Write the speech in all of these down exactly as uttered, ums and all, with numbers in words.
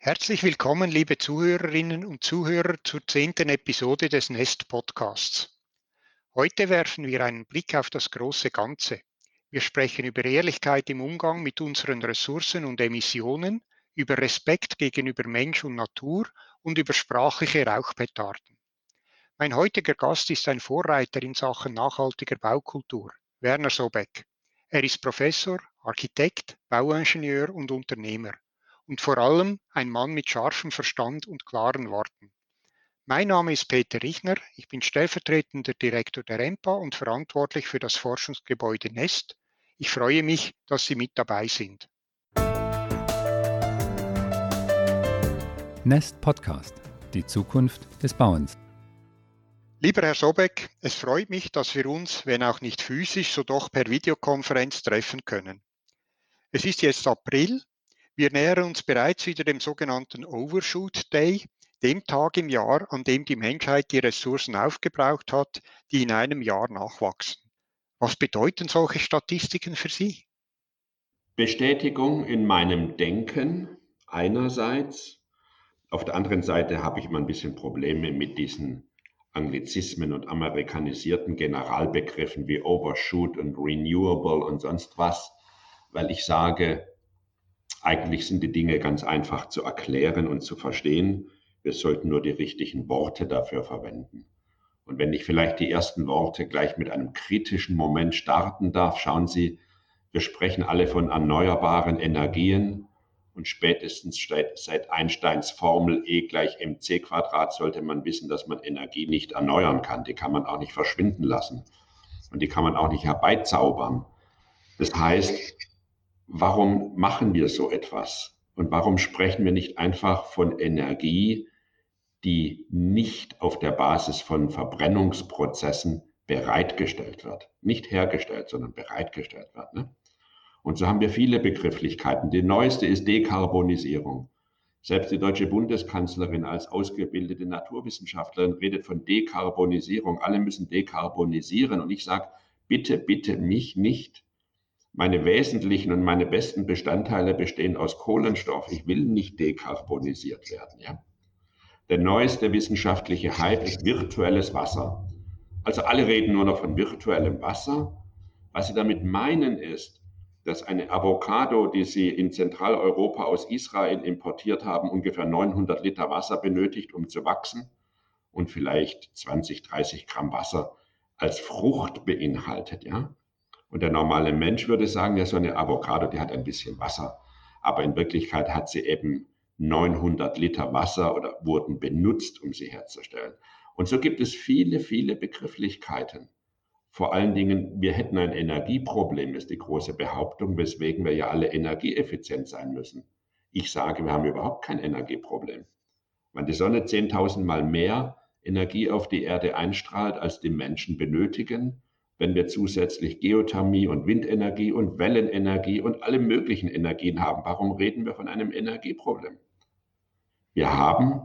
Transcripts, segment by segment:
Herzlich willkommen, liebe Zuhörerinnen und Zuhörer, zur zehnten Episode des Nest Podcasts. Heute werfen wir einen Blick auf das große Ganze. Wir sprechen über Ehrlichkeit im Umgang mit unseren Ressourcen und Emissionen, über Respekt gegenüber Mensch und Natur und über sprachliche Rauchpetarden. Mein heutiger Gast ist ein Vorreiter in Sachen nachhaltiger Baukultur, Werner Sobeck. Er ist Professor, Architekt, Bauingenieur und Unternehmer und vor allem ein Mann mit scharfem Verstand und klaren Worten. Mein Name ist Peter Richner, ich bin stellvertretender Direktor der EMPA und verantwortlich für das Forschungsgebäude Nest. Ich freue mich, dass Sie mit dabei sind. Nest Podcast, die Zukunft des Bauens. Lieber Herr Sobeck, es freut mich, dass wir uns, wenn auch nicht physisch, so doch per Videokonferenz treffen können. Es ist jetzt April. Wir nähern uns bereits wieder dem sogenannten Overshoot Day, dem Tag im Jahr, an dem die Menschheit die Ressourcen aufgebraucht hat, die in einem Jahr nachwachsen. Was bedeuten solche Statistiken für Sie? Bestätigung in meinem Denken einerseits. Auf der anderen Seite habe ich immer ein bisschen Probleme mit diesen Anglizismen und amerikanisierten Generalbegriffen wie Overshoot und Renewable und sonst was, weil ich sage, eigentlich sind die Dinge ganz einfach zu erklären und zu verstehen. Wir sollten nur die richtigen Worte dafür verwenden. Und wenn ich vielleicht die ersten Worte gleich mit einem kritischen Moment starten darf, schauen Sie, wir sprechen alle von erneuerbaren Energien und spätestens seit Einsteins Formel E gleich mc Quadrat sollte man wissen, dass man Energie nicht erneuern kann. Die kann man auch nicht verschwinden lassen und die kann man auch nicht herbeizaubern. Das heißt, warum machen wir so etwas? Und warum sprechen wir nicht einfach von Energie, die nicht auf der Basis von Verbrennungsprozessen bereitgestellt wird? Nicht hergestellt, sondern bereitgestellt wird. Ne? Und so haben wir viele Begrifflichkeiten. Die neueste ist Dekarbonisierung. Selbst die deutsche Bundeskanzlerin als ausgebildete Naturwissenschaftlerin redet von Dekarbonisierung. Alle müssen dekarbonisieren. Und ich sage, bitte, bitte mich nicht. Meine wesentlichen und meine besten Bestandteile bestehen aus Kohlenstoff. Ich will nicht dekarbonisiert werden. Ja? Der neueste wissenschaftliche Hype ist virtuelles Wasser. Also alle reden nur noch von virtuellem Wasser. Was sie damit meinen ist, dass eine Avocado, die sie in Zentraleuropa aus Israel importiert haben, ungefähr neunhundert Liter Wasser benötigt, um zu wachsen und vielleicht zwanzig, dreißig Gramm Wasser als Frucht beinhaltet. Ja? Und der normale Mensch würde sagen, ja, so eine Avocado, die hat ein bisschen Wasser. Aber in Wirklichkeit hat sie eben neunhundert Liter Wasser oder wurden benutzt, um sie herzustellen. Und so gibt es viele, viele Begrifflichkeiten. Vor allen Dingen, wir hätten ein Energieproblem, ist die große Behauptung, weswegen wir ja alle energieeffizient sein müssen. Ich sage, wir haben überhaupt kein Energieproblem. Wenn die Sonne zehntausend Mal mehr Energie auf die Erde einstrahlt, als die Menschen benötigen, wenn wir zusätzlich Geothermie und Windenergie und Wellenenergie und alle möglichen Energien haben, warum reden wir von einem Energieproblem? Wir haben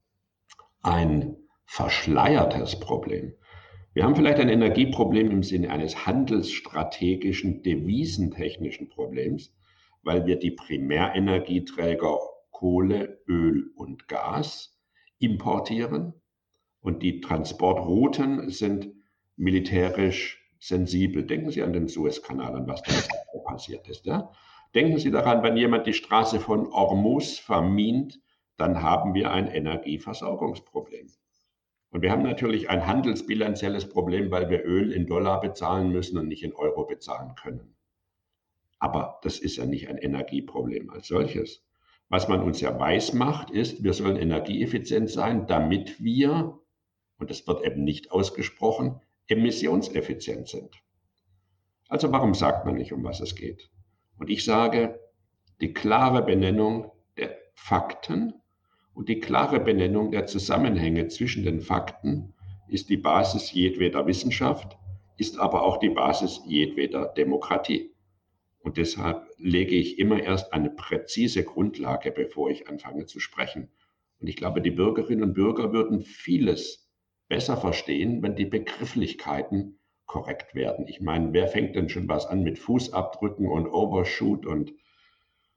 ein verschleiertes Problem. Wir haben vielleicht ein Energieproblem im Sinne eines handelsstrategischen, devisentechnischen Problems, weil wir die Primärenergieträger Kohle, Öl und Gas importieren und die Transportrouten sind militärisch sensibel. Denken Sie an den Suezkanal, an was da passiert ist. Ja? Denken Sie daran, wenn jemand die Straße von Ormuz vermint, dann haben wir ein Energieversorgungsproblem. Und wir haben natürlich ein handelsbilanzielles Problem, weil wir Öl in Dollar bezahlen müssen und nicht in Euro bezahlen können. Aber das ist ja nicht ein Energieproblem als solches. Was man uns ja weiß macht, ist, wir sollen energieeffizient sein, damit wir, und das wird eben nicht ausgesprochen, emissionseffizient sind. Also warum sagt man nicht, um was es geht? Und ich sage, die klare Benennung der Fakten und die klare Benennung der Zusammenhänge zwischen den Fakten ist die Basis jedweder Wissenschaft, ist aber auch die Basis jedweder Demokratie. Und deshalb lege ich immer erst eine präzise Grundlage, bevor ich anfange zu sprechen. Und ich glaube, die Bürgerinnen und Bürger würden vieles besser verstehen, wenn die Begrifflichkeiten korrekt werden. Ich meine, wer fängt denn schon was an mit Fußabdrücken und Overshoot und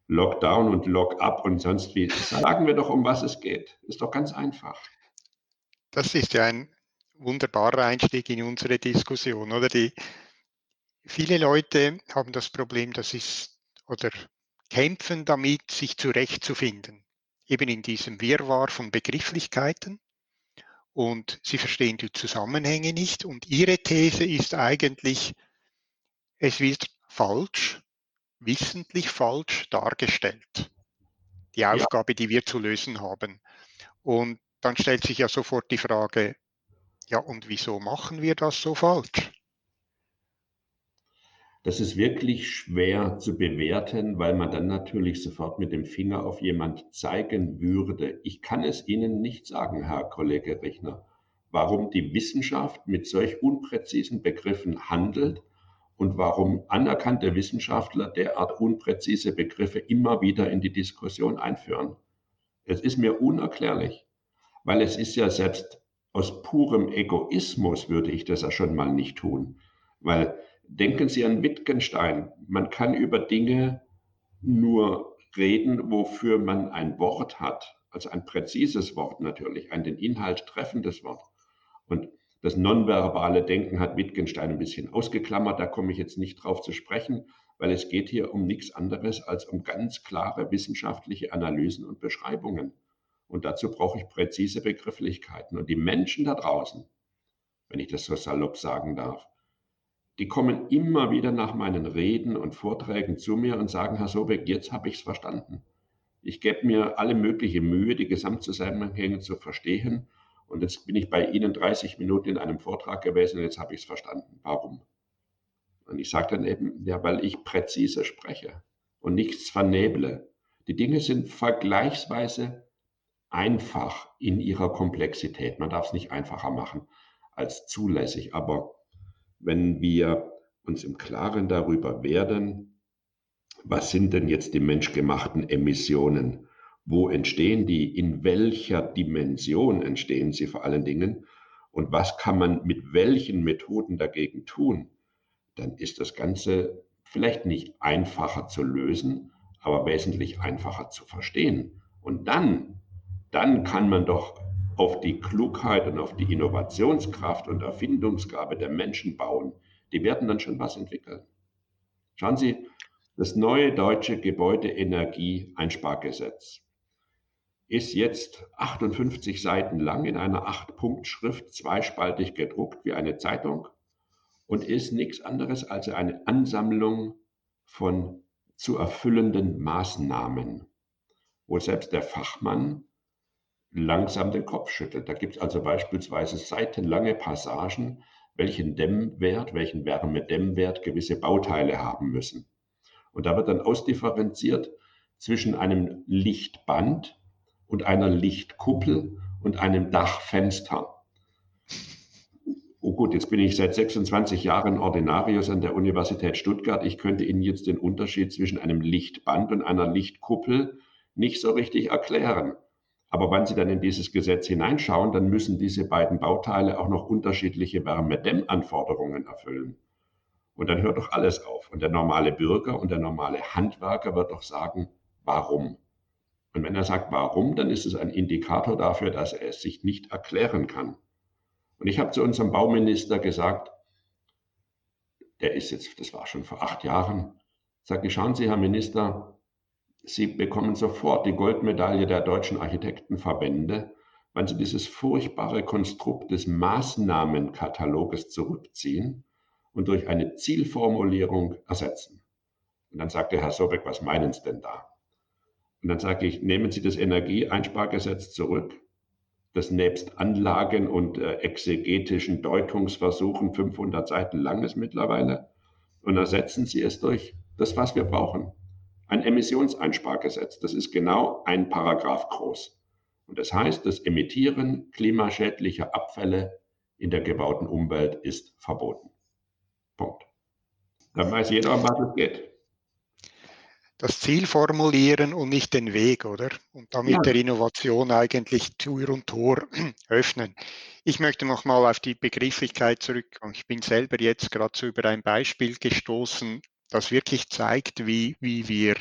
Lockdown und Lockup und sonst wie. Sagen wir doch, um was es geht. Ist doch ganz einfach. Das ist ja ein wunderbarer Einstieg in unsere Diskussion, oder? Die, viele Leute haben das Problem, das ist, oder kämpfen damit, sich zurechtzufinden. Eben in diesem Wirrwarr von Begrifflichkeiten. Und sie verstehen die Zusammenhänge nicht. Und ihre These ist eigentlich, es wird falsch, wissentlich falsch dargestellt. Die Ja, Aufgabe, die wir zu lösen haben. Und dann stellt sich ja sofort die Frage, ja, und wieso machen wir das so falsch? das ist wirklich schwer zu bewerten, weil man dann natürlich sofort mit dem Finger auf jemand zeigen würde. Ich kann es Ihnen nicht sagen, Herr Kollege Rechner, warum die Wissenschaft mit solch unpräzisen Begriffen handelt und warum anerkannte Wissenschaftler derart unpräzise Begriffe immer wieder in die Diskussion einführen. Es ist mir unerklärlich, weil es ist ja selbst aus purem Egoismus würde ich das ja schon mal nicht tun. Weil denken Sie an Wittgenstein, man kann über Dinge nur reden, wofür man ein Wort hat, also ein präzises Wort natürlich, ein den Inhalt treffendes Wort. Und das nonverbale Denken hat Wittgenstein ein bisschen ausgeklammert, da komme ich jetzt nicht drauf zu sprechen, weil es geht hier um nichts anderes als um ganz klare wissenschaftliche Analysen und Beschreibungen. Und dazu brauche ich präzise Begrifflichkeiten. Und die Menschen da draußen, wenn ich das so salopp sagen darf, die kommen immer wieder nach meinen Reden und Vorträgen zu mir und sagen, Herr Sobeck, jetzt habe ich es verstanden. Ich gebe mir alle mögliche Mühe, die Gesamtzusammenhänge zu verstehen. Und jetzt bin ich bei Ihnen dreißig Minuten in einem Vortrag gewesen und jetzt habe ich es verstanden. Warum? Und ich sage dann eben, ja, weil ich präzise spreche und nichts vernebele. Die Dinge sind vergleichsweise einfach in ihrer Komplexität. Man darf es nicht einfacher machen als zulässig. Aber wenn wir uns im Klaren darüber werden, was sind denn jetzt die menschgemachten Emissionen? Wo entstehen die? In welcher Dimension entstehen sie vor allen Dingen? Und was kann man mit welchen Methoden dagegen tun? Dann ist das Ganze vielleicht nicht einfacher zu lösen, aber wesentlich einfacher zu verstehen. Und dann, dann kann man doch auf die Klugheit und auf die Innovationskraft und Erfindungsgabe der Menschen bauen. Die werden dann schon was entwickeln. Schauen Sie, das neue deutsche Gebäudeenergieeinspargesetz ist jetzt achtundfünfzig Seiten lang in einer acht-Punkt-Schrift zweispaltig gedruckt wie eine Zeitung und ist nichts anderes als eine Ansammlung von zu erfüllenden Maßnahmen, wo selbst der Fachmann langsam den Kopf schüttelt. Da gibt es also beispielsweise seitenlange Passagen, welchen Dämmwert, welchen Wärmedämmwert gewisse Bauteile haben müssen. Und da wird dann ausdifferenziert zwischen einem Lichtband und einer Lichtkuppel und einem Dachfenster. Oh gut, jetzt bin ich seit sechsundzwanzig Jahren Ordinarius an der Universität Stuttgart. Ich könnte Ihnen jetzt den Unterschied zwischen einem Lichtband und einer Lichtkuppel nicht so richtig erklären. Aber wenn Sie dann in dieses Gesetz hineinschauen, dann müssen diese beiden Bauteile auch noch unterschiedliche Wärmedämmanforderungen erfüllen. Und dann hört doch alles auf. Und der normale Bürger und der normale Handwerker wird doch sagen, warum? Und wenn er sagt, warum, dann ist es ein Indikator dafür, dass er es sich nicht erklären kann. Und ich habe zu unserem Bauminister gesagt, der ist jetzt, das war schon vor acht Jahren, sage ich, schauen Sie, Herr Minister, Sie bekommen sofort die Goldmedaille der deutschen Architektenverbände, wenn Sie dieses furchtbare Konstrukt des Maßnahmenkataloges zurückziehen und durch eine Zielformulierung ersetzen. Und dann sagte Herr Sobeck, was meinen Sie denn da? Und dann sage ich, nehmen Sie das Energieeinspargesetz zurück, das nebst Anlagen und äh, exegetischen Deutungsversuchen fünfhundert Seiten lang ist mittlerweile, und ersetzen Sie es durch das, was wir brauchen. Ein Emissionseinspargesetz, das ist genau ein Paragraph groß. Und das heißt, das Emittieren klimaschädlicher Abfälle in der gebauten Umwelt ist verboten. Punkt. Dann weiß jeder, um was es geht. Das Ziel formulieren und nicht den Weg, oder? Und Ja, damit der Innovation eigentlich Tür und Tor öffnen. Ich möchte nochmal auf die Begrifflichkeit zurückkommen. Ich bin selber jetzt gerade so über ein Beispiel gestoßen, das wirklich zeigt, wie, wie wir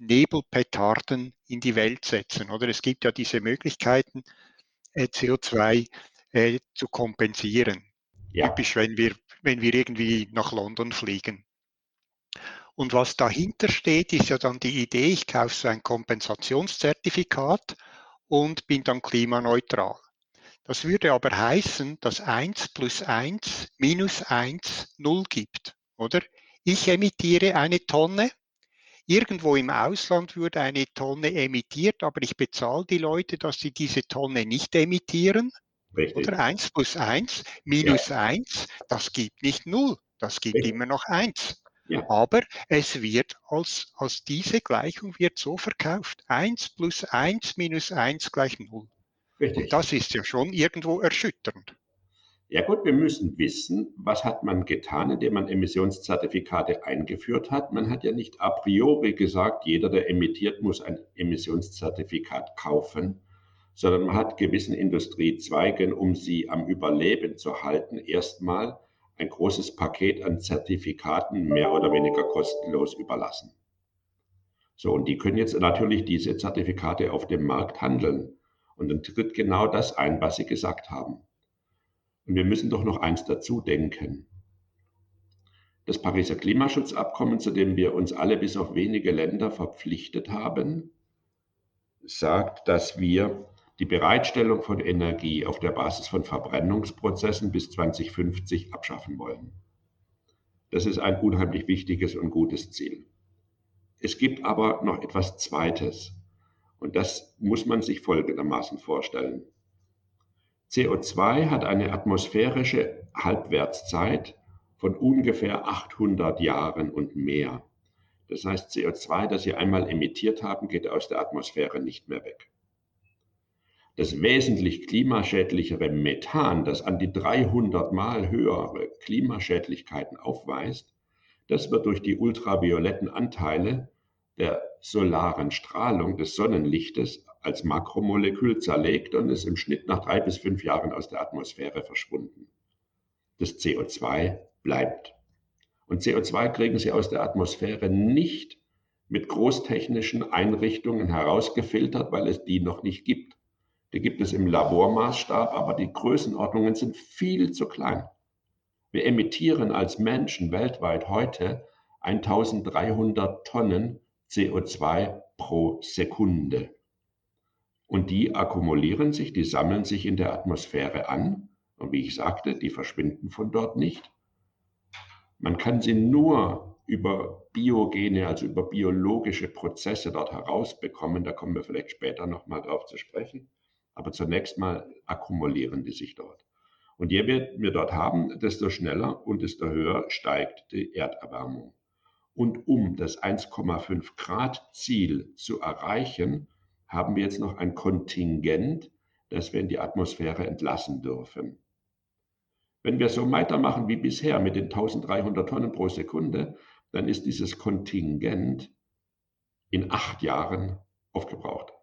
Nebelpetarden in die Welt setzen. Oder es gibt ja diese Möglichkeiten, äh, C O zwei äh, zu kompensieren. Ja, Typisch, wenn wir, wenn wir irgendwie nach London fliegen. Und was dahinter steht, ist ja dann die Idee, ich kaufe so ein Kompensationszertifikat und bin dann klimaneutral. Das würde aber heißen, dass eins plus eins minus eins null gibt, oder? Ich emittiere eine Tonne, irgendwo im Ausland würde eine Tonne emittiert, aber ich bezahle die Leute, dass sie diese Tonne nicht emittieren, oder? richtig. eins plus eins Ja, minus eins, das gibt nicht null, das gibt richtig. immer noch eins. Ja, Aber es wird als, als diese Gleichung wird so verkauft. eins plus eins minus eins gleich null. Und richtig. das ist ja schon irgendwo erschütternd. Ja gut, wir müssen wissen, was hat man getan, indem man Emissionszertifikate eingeführt hat. Man hat ja nicht a priori gesagt, jeder, der emittiert, muss ein Emissionszertifikat kaufen, sondern man hat gewissen Industriezweigen, um sie am Überleben zu halten, erstmal ein großes Paket an Zertifikaten mehr oder weniger kostenlos überlassen. So, und die können jetzt natürlich diese Zertifikate auf dem Markt handeln. Und dann tritt genau das ein, was Sie gesagt haben. Und wir müssen doch noch eins dazu denken. Das Pariser Klimaschutzabkommen, zu dem wir uns alle bis auf wenige Länder verpflichtet haben, sagt, dass wir die Bereitstellung von Energie auf der Basis von Verbrennungsprozessen bis zweitausendfünfzig abschaffen wollen. Das ist ein unheimlich wichtiges und gutes Ziel. Es gibt aber noch etwas Zweites. Und das muss man sich folgendermaßen vorstellen. C O zwei hat eine atmosphärische Halbwertszeit von ungefähr achthundert Jahren und mehr. Das heißt, C O zwei, das Sie einmal emittiert haben, geht aus der Atmosphäre nicht mehr weg. Das wesentlich klimaschädlichere Methan, das an die dreihundert Mal höhere Klimaschädlichkeiten aufweist, das wird durch die ultravioletten Anteile der solaren Strahlung des Sonnenlichtes als Makromolekül zerlegt und ist im Schnitt nach drei bis fünf Jahren aus der Atmosphäre verschwunden. Das C O zwei bleibt. Und C O zwei kriegen Sie aus der Atmosphäre nicht mit großtechnischen Einrichtungen herausgefiltert, weil es die noch nicht gibt. Die gibt es im Labormaßstab, aber die Größenordnungen sind viel zu klein. Wir emittieren als Menschen weltweit heute eintausenddreihundert Tonnen C O zwei pro Sekunde. Und die akkumulieren sich, die sammeln sich in der Atmosphäre an. Und wie ich sagte, die verschwinden von dort nicht. Man kann sie nur über biogene, also über biologische Prozesse dort herausbekommen. Da kommen wir vielleicht später nochmal drauf zu sprechen. Aber zunächst mal akkumulieren die sich dort. Und je mehr wir dort haben, desto schneller und desto höher steigt die Erderwärmung. Und um das eins Komma fünf Grad Ziel zu erreichen, haben wir jetzt noch ein Kontingent, das wir in die Atmosphäre entlassen dürfen. Wenn wir so weitermachen wie bisher mit den eintausenddreihundert Tonnen pro Sekunde, dann ist dieses Kontingent in acht Jahren aufgebraucht.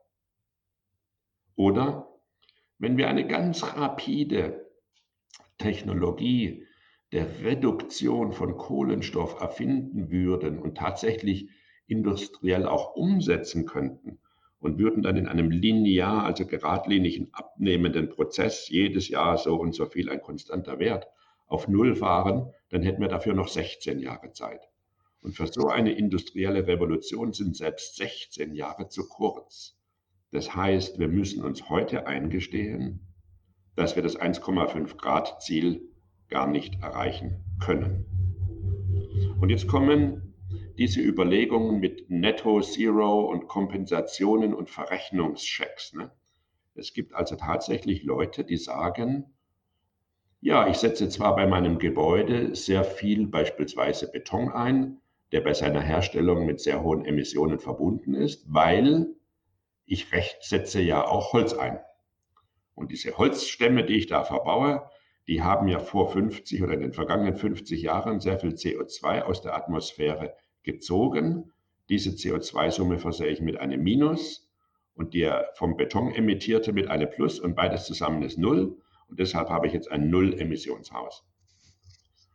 Oder wenn wir eine ganz rapide Technologie der Reduktion von Kohlenstoff erfinden würden und tatsächlich industriell auch umsetzen könnten und würden dann in einem linear, also geradlinigen abnehmenden Prozess jedes Jahr so und so viel ein konstanter Wert auf Null fahren, dann hätten wir dafür noch sechzehn Jahre Zeit. Und für so eine industrielle Revolution sind selbst sechzehn Jahre zu kurz. Das heißt, wir müssen uns heute eingestehen, dass wir das eins Komma fünf Grad Ziel gar nicht erreichen können. Und jetzt kommen diese Überlegungen mit Netto Zero und Kompensationen und Verrechnungschecks. Ne? Es gibt also tatsächlich Leute, die sagen, ja, ich setze zwar bei meinem Gebäude sehr viel beispielsweise Beton ein, der bei seiner Herstellung mit sehr hohen Emissionen verbunden ist, weil ich recht setze ja auch Holz ein. Und diese Holzstämme, die ich da verbaue, die haben ja vor fünfzig oder in den vergangenen fünfzig Jahren sehr viel C O zwei aus der Atmosphäre gezogen. Diese C O zwei Summe versehe ich mit einem Minus und der vom Beton emittierte mit einem Plus und beides zusammen ist Null. Und deshalb habe ich jetzt ein Null-Emissionshaus.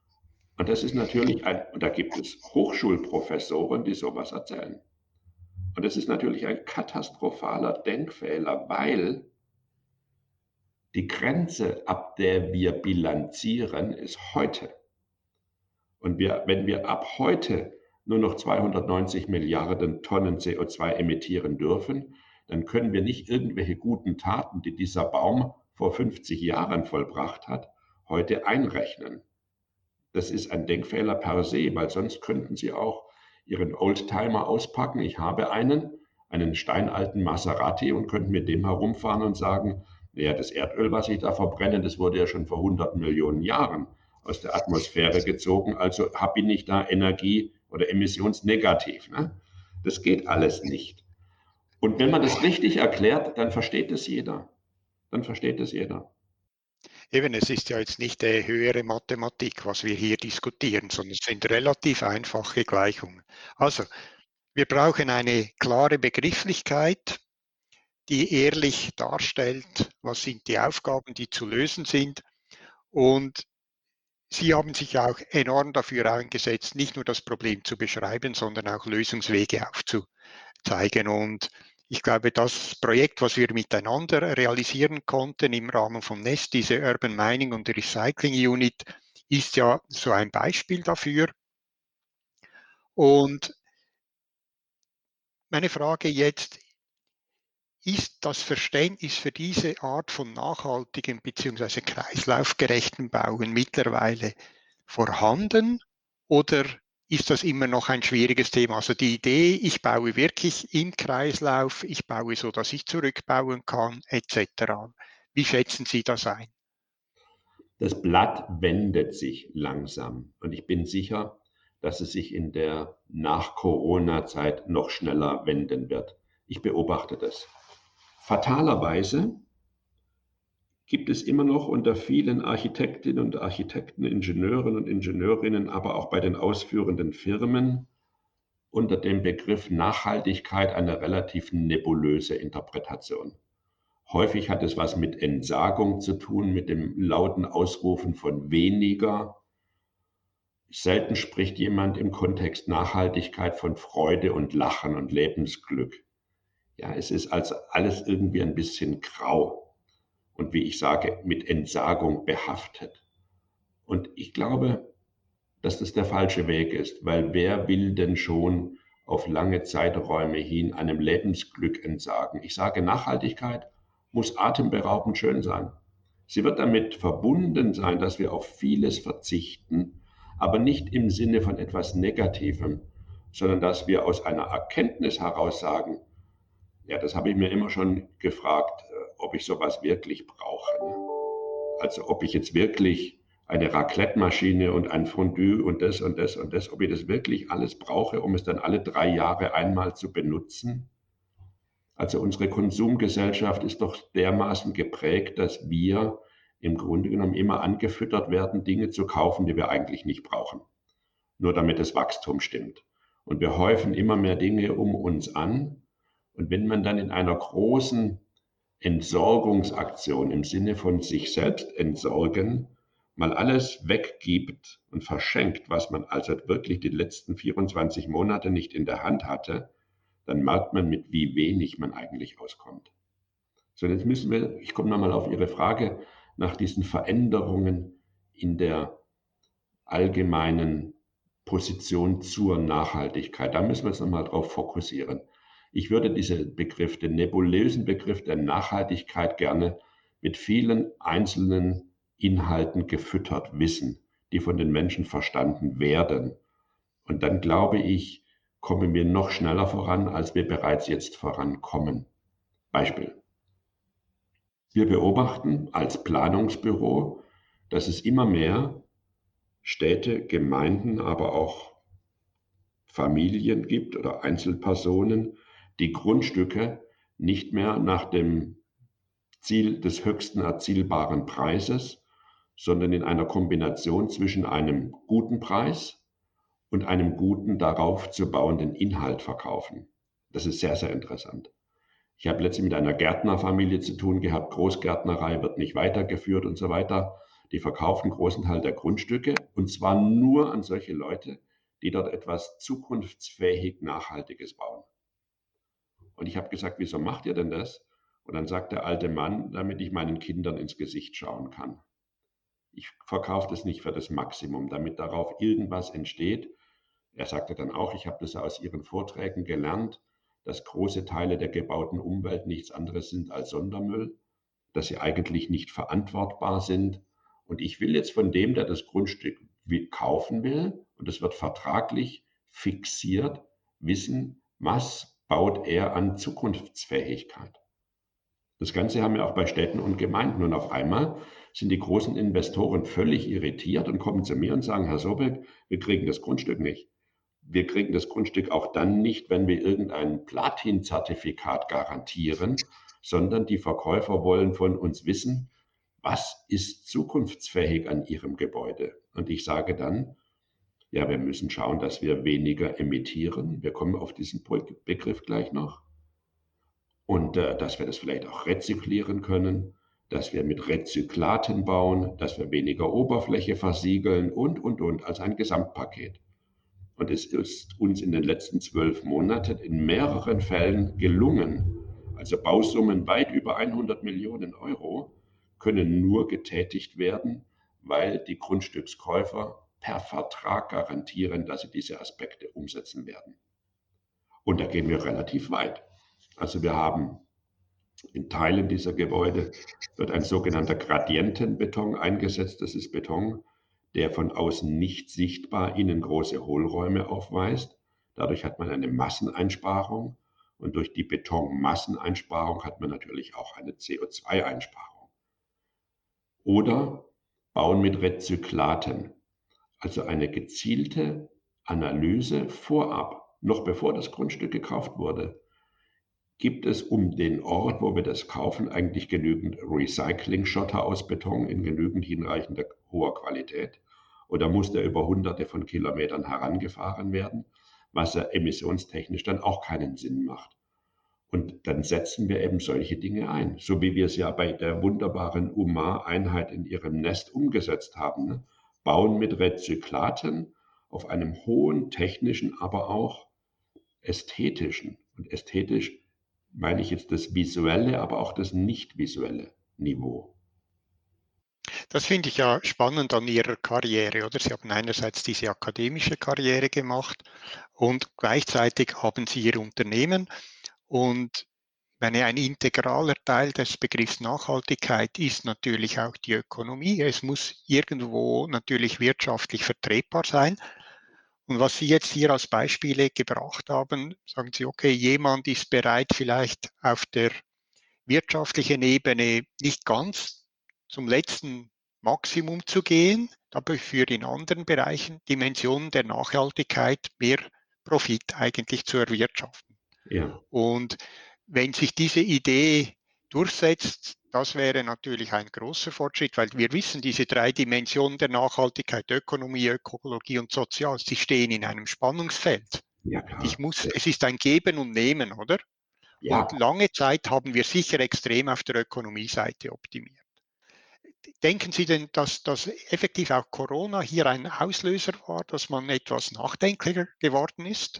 Und das ist natürlich ein, und da gibt es Hochschulprofessoren, die sowas erzählen. Und das ist natürlich ein katastrophaler Denkfehler, weil die Grenze, ab der wir bilanzieren, ist heute. Und wir, wenn wir ab heute nur noch zweihundertneunzig Milliarden Tonnen C O zwei emittieren dürfen, dann können wir nicht irgendwelche guten Taten, die dieser Baum vor fünfzig Jahren vollbracht hat, heute einrechnen. Das ist ein Denkfehler per se, weil sonst könnten Sie auch Ihren Oldtimer auspacken. Ich habe einen, einen steinalten Maserati und könnten mit dem herumfahren und sagen, naja, das Erdöl, was ich da verbrenne, das wurde ja schon vor hundert Millionen Jahren aus der Atmosphäre gezogen, also habe ich nicht da Energie- oder emissionsnegativ. Ne? Das geht alles nicht. Und wenn man das richtig erklärt, dann versteht es jeder. Dann versteht es jeder. Eben, es ist ja jetzt nicht äh, höhere Mathematik, was wir hier diskutieren, sondern es sind relativ einfache Gleichungen. Also, wir brauchen eine klare Begrifflichkeit, die ehrlich darstellt, was sind die Aufgaben, die zu lösen sind. Und Sie haben sich auch enorm dafür eingesetzt, nicht nur das Problem zu beschreiben, sondern auch Lösungswege aufzuzeigen. Und ich glaube, das Projekt, was wir miteinander realisieren konnten im Rahmen von Nest, diese Urban Mining und Recycling Unit, ist ja so ein Beispiel dafür. Und meine Frage jetzt, ist das Verständnis für diese Art von nachhaltigem bzw. kreislaufgerechten Bauen mittlerweile vorhanden oder ist das immer noch ein schwieriges Thema? Also die Idee, ich baue wirklich im Kreislauf, ich baue so, dass ich zurückbauen kann, et cetera. Wie schätzen Sie das ein? Das Blatt wendet sich langsam und ich bin sicher, dass es sich in der Nach-Corona-Zeit noch schneller wenden wird. Ich beobachte das. Fatalerweise gibt es immer noch unter vielen Architektinnen und Architekten, Ingenieuren und Ingenieurinnen, aber auch bei den ausführenden Firmen unter dem Begriff Nachhaltigkeit eine relativ nebulöse Interpretation. Häufig hat es was mit Entsagung zu tun, mit dem lauten Ausrufen von weniger. Selten spricht jemand im Kontext Nachhaltigkeit von Freude und Lachen und Lebensglück. Ja, es ist also alles irgendwie ein bisschen grau und wie ich sage, mit Entsagung behaftet. Und ich glaube, dass das der falsche Weg ist, weil wer will denn schon auf lange Zeiträume hin einem Lebensglück entsagen? Ich sage, Nachhaltigkeit muss atemberaubend schön sein. Sie wird damit verbunden sein, dass wir auf vieles verzichten, aber nicht im Sinne von etwas Negativem, sondern dass wir aus einer Erkenntnis heraus sagen, ja, das habe ich mir immer schon gefragt, ob ich sowas wirklich brauche. Also ob ich jetzt wirklich eine Raclette-Maschine und ein Fondue und das und das und das, ob ich das wirklich alles brauche, um es dann alle drei Jahre einmal zu benutzen. Also unsere Konsumgesellschaft ist doch dermaßen geprägt, dass wir im Grunde genommen immer angefüttert werden, Dinge zu kaufen, die wir eigentlich nicht brauchen, nur damit das Wachstum stimmt. Und wir häufen immer mehr Dinge um uns an. Und wenn man dann in einer großen Entsorgungsaktion im Sinne von sich selbst entsorgen, mal alles weggibt und verschenkt, was man also wirklich die letzten vierundzwanzig Monate nicht in der Hand hatte, dann merkt man, mit wie wenig man eigentlich auskommt. So, jetzt müssen wir, ich komme nochmal auf Ihre Frage nach diesen Veränderungen in der allgemeinen Position zur Nachhaltigkeit. Da müssen wir uns nochmal drauf fokussieren. Ich würde diesen Begriff, den nebulösen Begriff der Nachhaltigkeit gerne mit vielen einzelnen Inhalten gefüttert wissen, die von den Menschen verstanden werden. Und dann glaube ich, kommen wir noch schneller voran, als wir bereits jetzt vorankommen. Beispiel. Wir beobachten als Planungsbüro, dass es immer mehr Städte, Gemeinden, aber auch Familien gibt oder Einzelpersonen, die Grundstücke nicht mehr nach dem Ziel des höchsten erzielbaren Preises, sondern in einer Kombination zwischen einem guten Preis und einem guten darauf zu bauenden Inhalt verkaufen. Das ist sehr, sehr interessant. Ich habe letztens mit einer Gärtnerfamilie zu tun gehabt, Großgärtnerei wird nicht weitergeführt und so weiter. Die verkaufen großen Teil der Grundstücke und zwar nur an solche Leute, die dort etwas zukunftsfähig Nachhaltiges bauen. Und ich habe gesagt, wieso macht ihr denn das? Und dann sagt der alte Mann, damit ich meinen Kindern ins Gesicht schauen kann. Ich verkaufe das nicht für das Maximum, damit darauf irgendwas entsteht. Er sagte dann auch, ich habe das aus Ihren Vorträgen gelernt, dass große Teile der gebauten Umwelt nichts anderes sind als Sondermüll, dass sie eigentlich nicht verantwortbar sind. Und ich will jetzt von dem, der das Grundstück kaufen will, und es wird vertraglich fixiert, wissen, was baut er an Zukunftsfähigkeit. Das Ganze haben wir auch bei Städten und Gemeinden. Und auf einmal sind die großen Investoren völlig irritiert und kommen zu mir und sagen, Herr Sobek, wir kriegen das Grundstück nicht. Wir kriegen das Grundstück auch dann nicht, wenn wir irgendein Platin-Zertifikat garantieren, sondern die Verkäufer wollen von uns wissen, was ist zukunftsfähig an ihrem Gebäude. Und ich sage dann, ja, wir müssen schauen, dass wir weniger emittieren. Wir kommen auf diesen Begriff gleich noch. Und äh, dass wir das vielleicht auch rezyklieren können, dass wir mit Rezyklaten bauen, dass wir weniger Oberfläche versiegeln und, und, und, als ein Gesamtpaket. Und es ist uns in den letzten zwölf Monaten in mehreren Fällen gelungen. Also Bausummen weit über hundert Millionen Euro können nur getätigt werden, weil die Grundstückskäufer per Vertrag garantieren, dass sie diese Aspekte umsetzen werden. Und da gehen wir relativ weit. Also wir haben in Teilen dieser Gebäude wird ein sogenannter Gradientenbeton eingesetzt. Das ist Beton, der von außen nicht sichtbar innen große Hohlräume aufweist. Dadurch hat man eine Masseneinsparung und durch die Betonmasseneinsparung hat man natürlich auch eine C O zwei Einsparung. Oder bauen mit Rezyklaten, also eine gezielte Analyse vorab, noch bevor das Grundstück gekauft wurde. Gibt es um den Ort, wo wir das kaufen, eigentlich genügend Recycling-Schotter aus Beton in genügend hinreichender hoher Qualität? Oder muss der über hunderte von Kilometern herangefahren werden, was ja emissionstechnisch dann auch keinen Sinn macht? Und dann setzen wir eben solche Dinge ein, so wie wir es ja bei der wunderbaren UMA-Einheit in ihrem Nest umgesetzt haben. Ne? Bauen mit Rezyklaten auf einem hohen technischen, aber auch ästhetischen. Und ästhetisch meine ich jetzt das visuelle, aber auch das nicht visuelle Niveau. Das finde ich ja spannend an Ihrer Karriere, oder? Sie haben einerseits diese akademische Karriere gemacht und gleichzeitig haben Sie Ihr Unternehmen. Und ich meine, ein integraler Teil des Begriffs Nachhaltigkeit ist natürlich auch die Ökonomie. Es muss irgendwo natürlich wirtschaftlich vertretbar sein. Und was Sie jetzt hier als Beispiele gebracht haben, sagen Sie, okay, jemand ist bereit, vielleicht auf der wirtschaftlichen Ebene nicht ganz zum letzten Maximum zu gehen, aber für in anderen Bereichen Dimensionen der Nachhaltigkeit mehr Profit eigentlich zu erwirtschaften. Ja. Und wenn sich diese Idee durchsetzt, das wäre natürlich ein großer Fortschritt, weil wir wissen, diese drei Dimensionen der Nachhaltigkeit, Ökonomie, Ökologie und Sozial, sie stehen in einem Spannungsfeld. Ja, Und ich klar. muss, es ist ein Geben und Nehmen, oder? Ja, Und lange Zeit haben wir sicher extrem auf der Ökonomieseite optimiert. Denken Sie denn, dass, dass effektiv auch Corona hier ein Auslöser war, dass man etwas nachdenklicher geworden ist?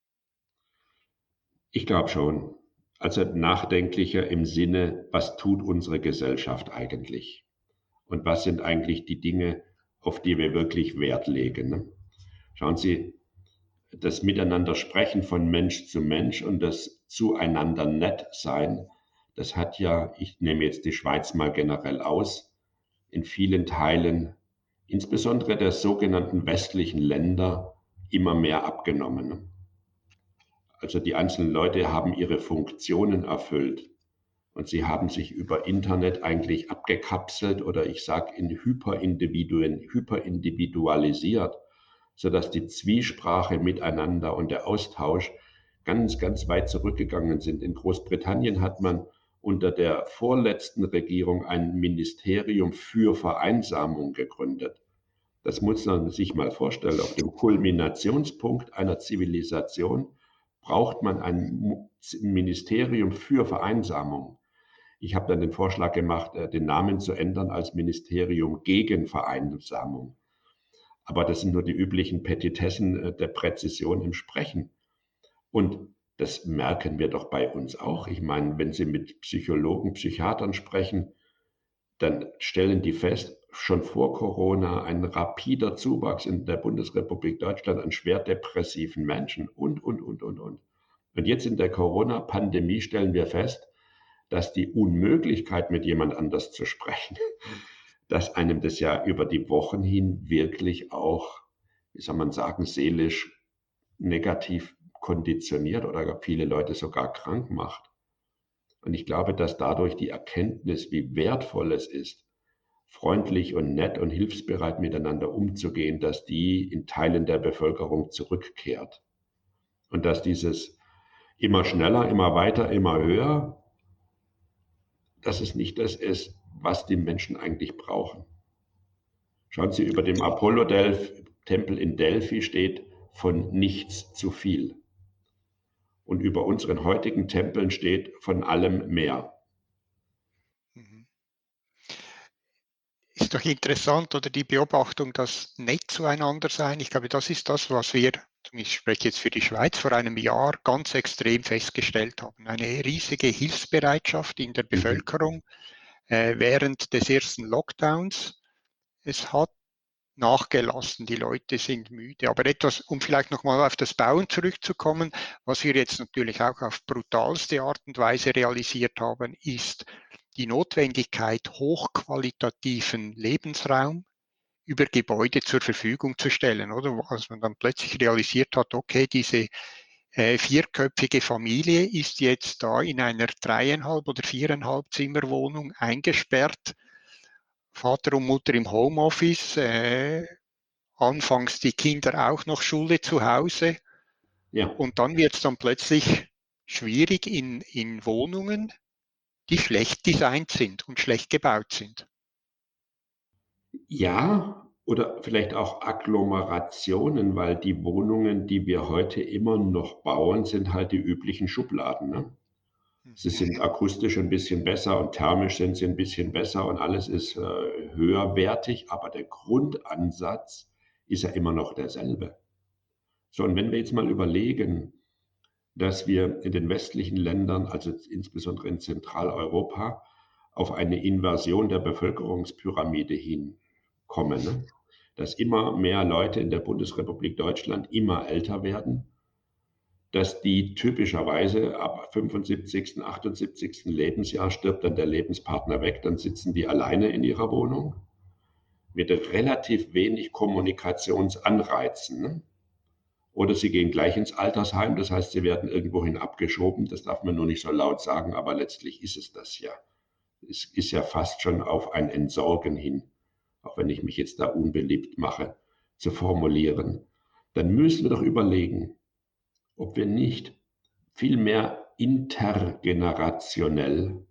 ich glaube schon. Also nachdenklicher im Sinne, was tut unsere Gesellschaft eigentlich? Und was sind eigentlich die Dinge, auf die wir wirklich Wert legen? Ne? Schauen Sie, das Miteinander sprechen von Mensch zu Mensch und das Zueinander nett sein, das hat ja, ich nehme jetzt die Schweiz mal generell aus, in vielen Teilen, insbesondere der sogenannten westlichen Länder, immer mehr abgenommen. Also die einzelnen Leute haben ihre Funktionen erfüllt und sie haben sich über Internet eigentlich abgekapselt oder ich sage in Hyperindividuen, hyperindividualisiert, sodass die Zwiesprache miteinander und der Austausch ganz, ganz weit zurückgegangen sind. In Großbritannien hat man unter der vorletzten Regierung ein Ministerium für Vereinsamung gegründet. Das muss man sich mal vorstellen. Auf dem Kulminationspunkt einer Zivilisation braucht man ein Ministerium für Vereinsamung. Ich habe dann den Vorschlag gemacht, den Namen zu ändern als Ministerium gegen Vereinsamung. Aber das sind nur die üblichen Petitessen der Präzision im Sprechen. Und Das merken wir doch bei uns auch. Ich meine, wenn Sie mit Psychologen, Psychiatern sprechen, dann stellen die fest, schon vor Corona ein rapider Zuwachs in der Bundesrepublik Deutschland an schwer depressiven Menschen und, und, und, und, und. Und jetzt in der Corona-Pandemie stellen wir fest, dass die Unmöglichkeit, mit jemand anders zu sprechen, dass einem das ja über die Wochen hin wirklich auch, wie soll man sagen, seelisch negativ konditioniert oder viele Leute sogar krank macht. Und ich glaube, dass dadurch die Erkenntnis, wie wertvoll es ist, freundlich und nett und hilfsbereit miteinander umzugehen, dass die in Teilen der Bevölkerung zurückkehrt. Und dass dieses immer schneller, immer weiter, immer höher, dass es nicht das ist, was die Menschen eigentlich brauchen. Schauen Sie, über dem Apollo-Tempel in Delphi steht von nichts zu viel. Und über unseren heutigen Tempeln steht von allem mehr. Mhm. Ist doch interessant, oder die Beobachtung, dass nett zueinander sein. Ich glaube, das ist das, was wir, ich spreche jetzt für die Schweiz, vor einem Jahr ganz extrem festgestellt haben. Eine riesige Hilfsbereitschaft in der Bevölkerung äh, während des ersten Lockdowns. Es hat nachgelassen, die Leute sind müde. Aber etwas, um vielleicht nochmal auf das Bauen zurückzukommen, was wir jetzt natürlich auch auf brutalste Art und Weise realisiert haben, ist die Notwendigkeit, hochqualitativen Lebensraum über Gebäude zur Verfügung zu stellen, oder? Als man dann plötzlich realisiert hat, okay, diese äh, vierköpfige Familie ist jetzt da in einer dreieinhalb oder viereinhalb Zimmerwohnung eingesperrt, Vater und Mutter im Homeoffice, äh, anfangs die Kinder auch noch Schule zu Hause Ja. und dann wird es dann plötzlich schwierig in, in Wohnungen, die schlecht designt sind und schlecht gebaut sind. Ja, oder vielleicht auch Agglomerationen, weil die Wohnungen, die wir heute immer noch bauen, sind halt die üblichen Schubladen. Ne? Sie sind akustisch ein bisschen besser und thermisch sind sie ein bisschen besser und alles ist äh, höherwertig, aber der Grundansatz ist ja immer noch derselbe. So, und wenn wir jetzt mal überlegen, dass wir in den westlichen Ländern, also insbesondere in Zentraleuropa, auf eine Inversion der Bevölkerungspyramide hinkommen, ne? Dass immer mehr Leute in der Bundesrepublik Deutschland immer älter werden, dass die typischerweise ab fünfundsiebzigsten, achtundsiebzigsten Lebensjahr stirbt dann der Lebenspartner weg, dann sitzen die alleine in ihrer Wohnung mit relativ wenig Kommunikationsanreizen. Ne? Oder sie gehen gleich ins Altersheim, das heißt, sie werden irgendwohin abgeschoben, das darf man nur nicht so laut sagen, aber letztlich ist es das ja. Es ist ja fast schon auf ein Entsorgen hin, auch wenn ich mich jetzt da unbeliebt mache, zu formulieren. Dann müssen wir doch überlegen, ob wir nicht viel mehr intergenerationelles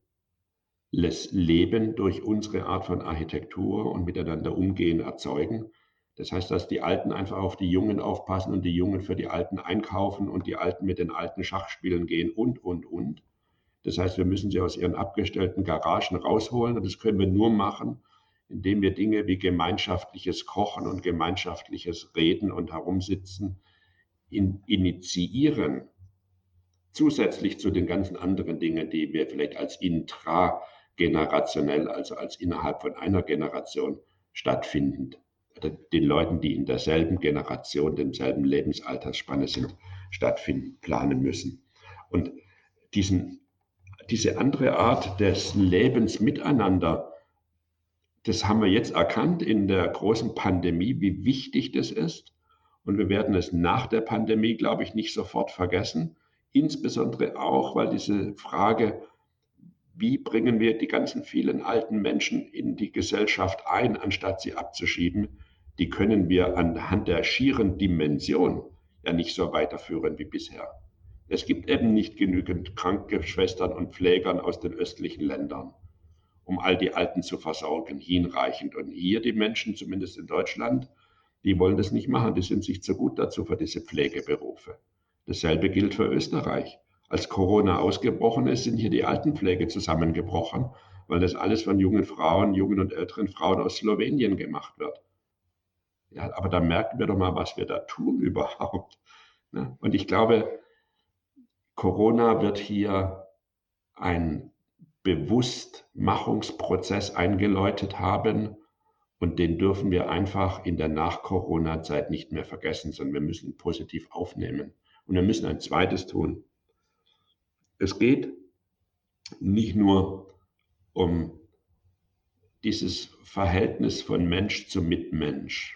Leben durch unsere Art von Architektur und miteinander umgehen erzeugen. Das heißt, dass die Alten einfach auf die Jungen aufpassen und die Jungen für die Alten einkaufen und die Alten mit den Alten Schach spielen gehen und, und, und. Das heißt, wir müssen sie aus ihren abgestellten Garagen rausholen und das können wir nur machen, indem wir Dinge wie gemeinschaftliches Kochen und gemeinschaftliches Reden und Herumsitzen in, initiieren, zusätzlich zu den ganzen anderen Dingen, die wir vielleicht als intragenerationell, also als innerhalb von einer Generation stattfindend, den Leuten, die in derselben Generation, demselben Lebensaltersspanne sind, stattfinden, planen müssen. Und diesen, diese andere Art des Lebens miteinander, das haben wir jetzt erkannt in der großen Pandemie, wie wichtig das ist. Und wir werden es nach der Pandemie, glaube ich, nicht sofort vergessen. Insbesondere auch, weil diese Frage, wie bringen wir die ganzen vielen alten Menschen in die Gesellschaft ein, anstatt sie abzuschieben, die können wir anhand der schieren Dimension ja nicht so weiterführen wie bisher. Es gibt eben nicht genügend Krankenschwestern und Pflegern aus den östlichen Ländern, um all die Alten zu versorgen, hinreichend. Und hier die Menschen, zumindest in Deutschland, die wollen das nicht machen, die sind sich zu gut dazu für diese Pflegeberufe. Dasselbe gilt für Österreich. Als Corona ausgebrochen ist, sind hier die Altenpflege zusammengebrochen, weil das alles von jungen Frauen, jungen und älteren Frauen aus Slowenien gemacht wird. Ja, aber da merken wir doch mal, was wir da tun überhaupt. Und ich glaube, Corona wird hier einen Bewusstmachungsprozess eingeläutet haben und den dürfen wir einfach in der Nach-Corona-Zeit nicht mehr vergessen, sondern wir müssen ihn positiv aufnehmen. Und wir müssen ein zweites tun. Es geht nicht nur um dieses Verhältnis von Mensch zu Mitmensch,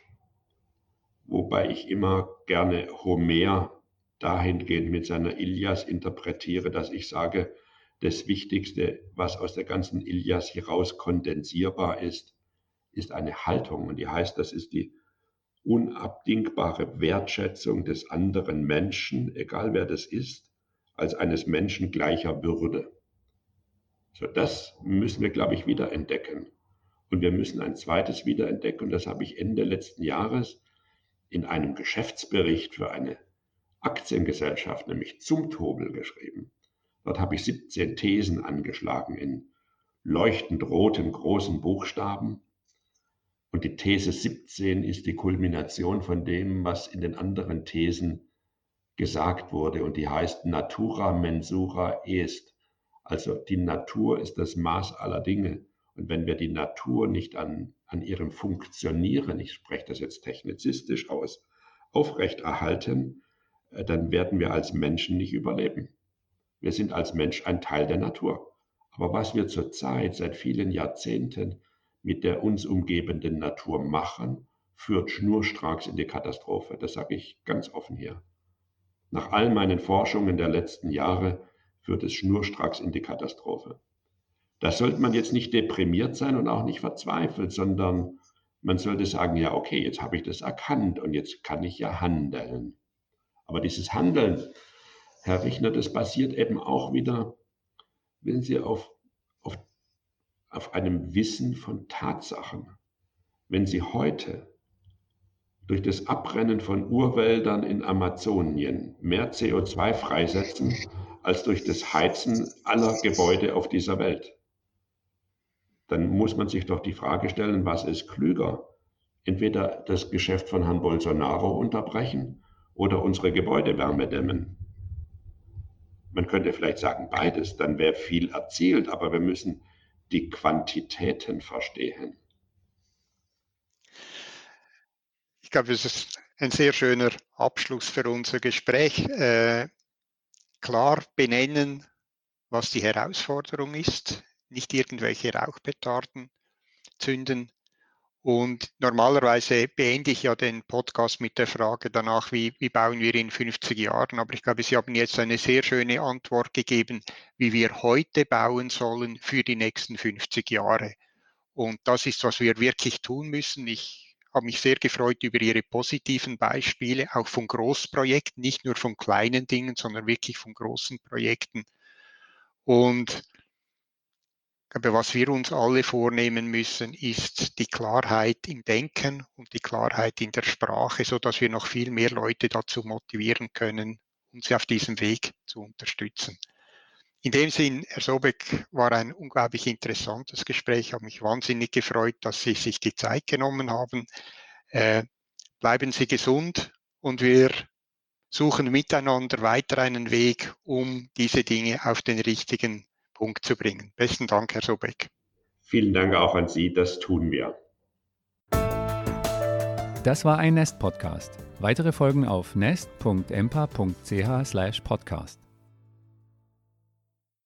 wobei ich immer gerne Homer dahingehend mit seiner Ilias interpretiere, dass ich sage, das Wichtigste, was aus der ganzen Ilias heraus kondensierbar ist, ist eine Haltung. Und die heißt, das ist die unabdingbare Wertschätzung des anderen Menschen, egal wer das ist, als eines Menschen gleicher Würde. So, das müssen wir, glaube ich, wiederentdecken. Und wir müssen ein zweites wiederentdecken. Und das habe ich Ende letzten Jahres in einem Geschäftsbericht für eine Aktiengesellschaft, nämlich Zumtobel, geschrieben. Dort habe ich siebzehn Thesen angeschlagen in leuchtend roten großen Buchstaben. Und die These siebzehn ist die Kulmination von dem, was in den anderen Thesen gesagt wurde. Und die heißt Natura mensura est. Also die Natur ist das Maß aller Dinge. Und wenn wir die Natur nicht an, an ihrem Funktionieren, ich spreche das jetzt technizistisch aus, aufrechterhalten, dann werden wir als Menschen nicht überleben. Wir sind als Mensch ein Teil der Natur. Aber was wir zurzeit seit vielen Jahrzehnten mit der uns umgebenden Natur machen, führt schnurstracks in die Katastrophe. Das sage ich ganz offen hier. Nach all meinen Forschungen der letzten Jahre führt es schnurstracks in die Katastrophe. Da sollte man jetzt nicht deprimiert sein und auch nicht verzweifelt, sondern man sollte sagen, ja okay, jetzt habe ich das erkannt und jetzt kann ich ja handeln. Aber dieses Handeln, Herr Richner, das basiert eben auch wieder, wenn Sie auf, auf, auf einem Wissen von Tatsachen. Wenn Sie heute durch das Abrennen von Urwäldern in Amazonien mehr C O zwei freisetzen, als durch das Heizen aller Gebäude auf dieser Welt, dann muss man sich doch die Frage stellen, was ist klüger? Entweder das Geschäft von Herrn Bolsonaro unterbrechen oder unsere Gebäudewärme dämmen. Man könnte vielleicht sagen beides, dann wäre viel erzielt, aber wir müssen die Quantitäten verstehen. Ich glaube, es ist ein sehr schöner Abschluss für unser Gespräch. Äh, klar benennen, was die Herausforderung ist, nicht irgendwelche Rauchpetarden zünden. Und normalerweise beende ich ja den Podcast mit der Frage danach, wie, wie bauen wir in fünfzig Jahren. Aber ich glaube, Sie haben jetzt eine sehr schöne Antwort gegeben, wie wir heute bauen sollen für die nächsten fünfzig Jahre. Und das ist, was wir wirklich tun müssen. Ich habe mich sehr gefreut über Ihre positiven Beispiele, auch von Großprojekten, nicht nur von kleinen Dingen, sondern wirklich von großen Projekten. Und ich glaube, was wir uns alle vornehmen müssen, ist die Klarheit im Denken und die Klarheit in der Sprache, so dass wir noch viel mehr Leute dazu motivieren können, uns auf diesem Weg zu unterstützen. In dem Sinn, Herr Sobek, war ein unglaublich interessantes Gespräch. Ich habe mich wahnsinnig gefreut, dass Sie sich die Zeit genommen haben. Äh, bleiben Sie gesund und wir suchen miteinander weiter einen Weg, um diese Dinge auf den richtigen Punkt zu bringen. Besten Dank, Herr Sobek. Vielen Dank auch an Sie, das tun wir. Das war ein Nest Podcast. Weitere Folgen auf nest punkt empa punkt c h slash podcast.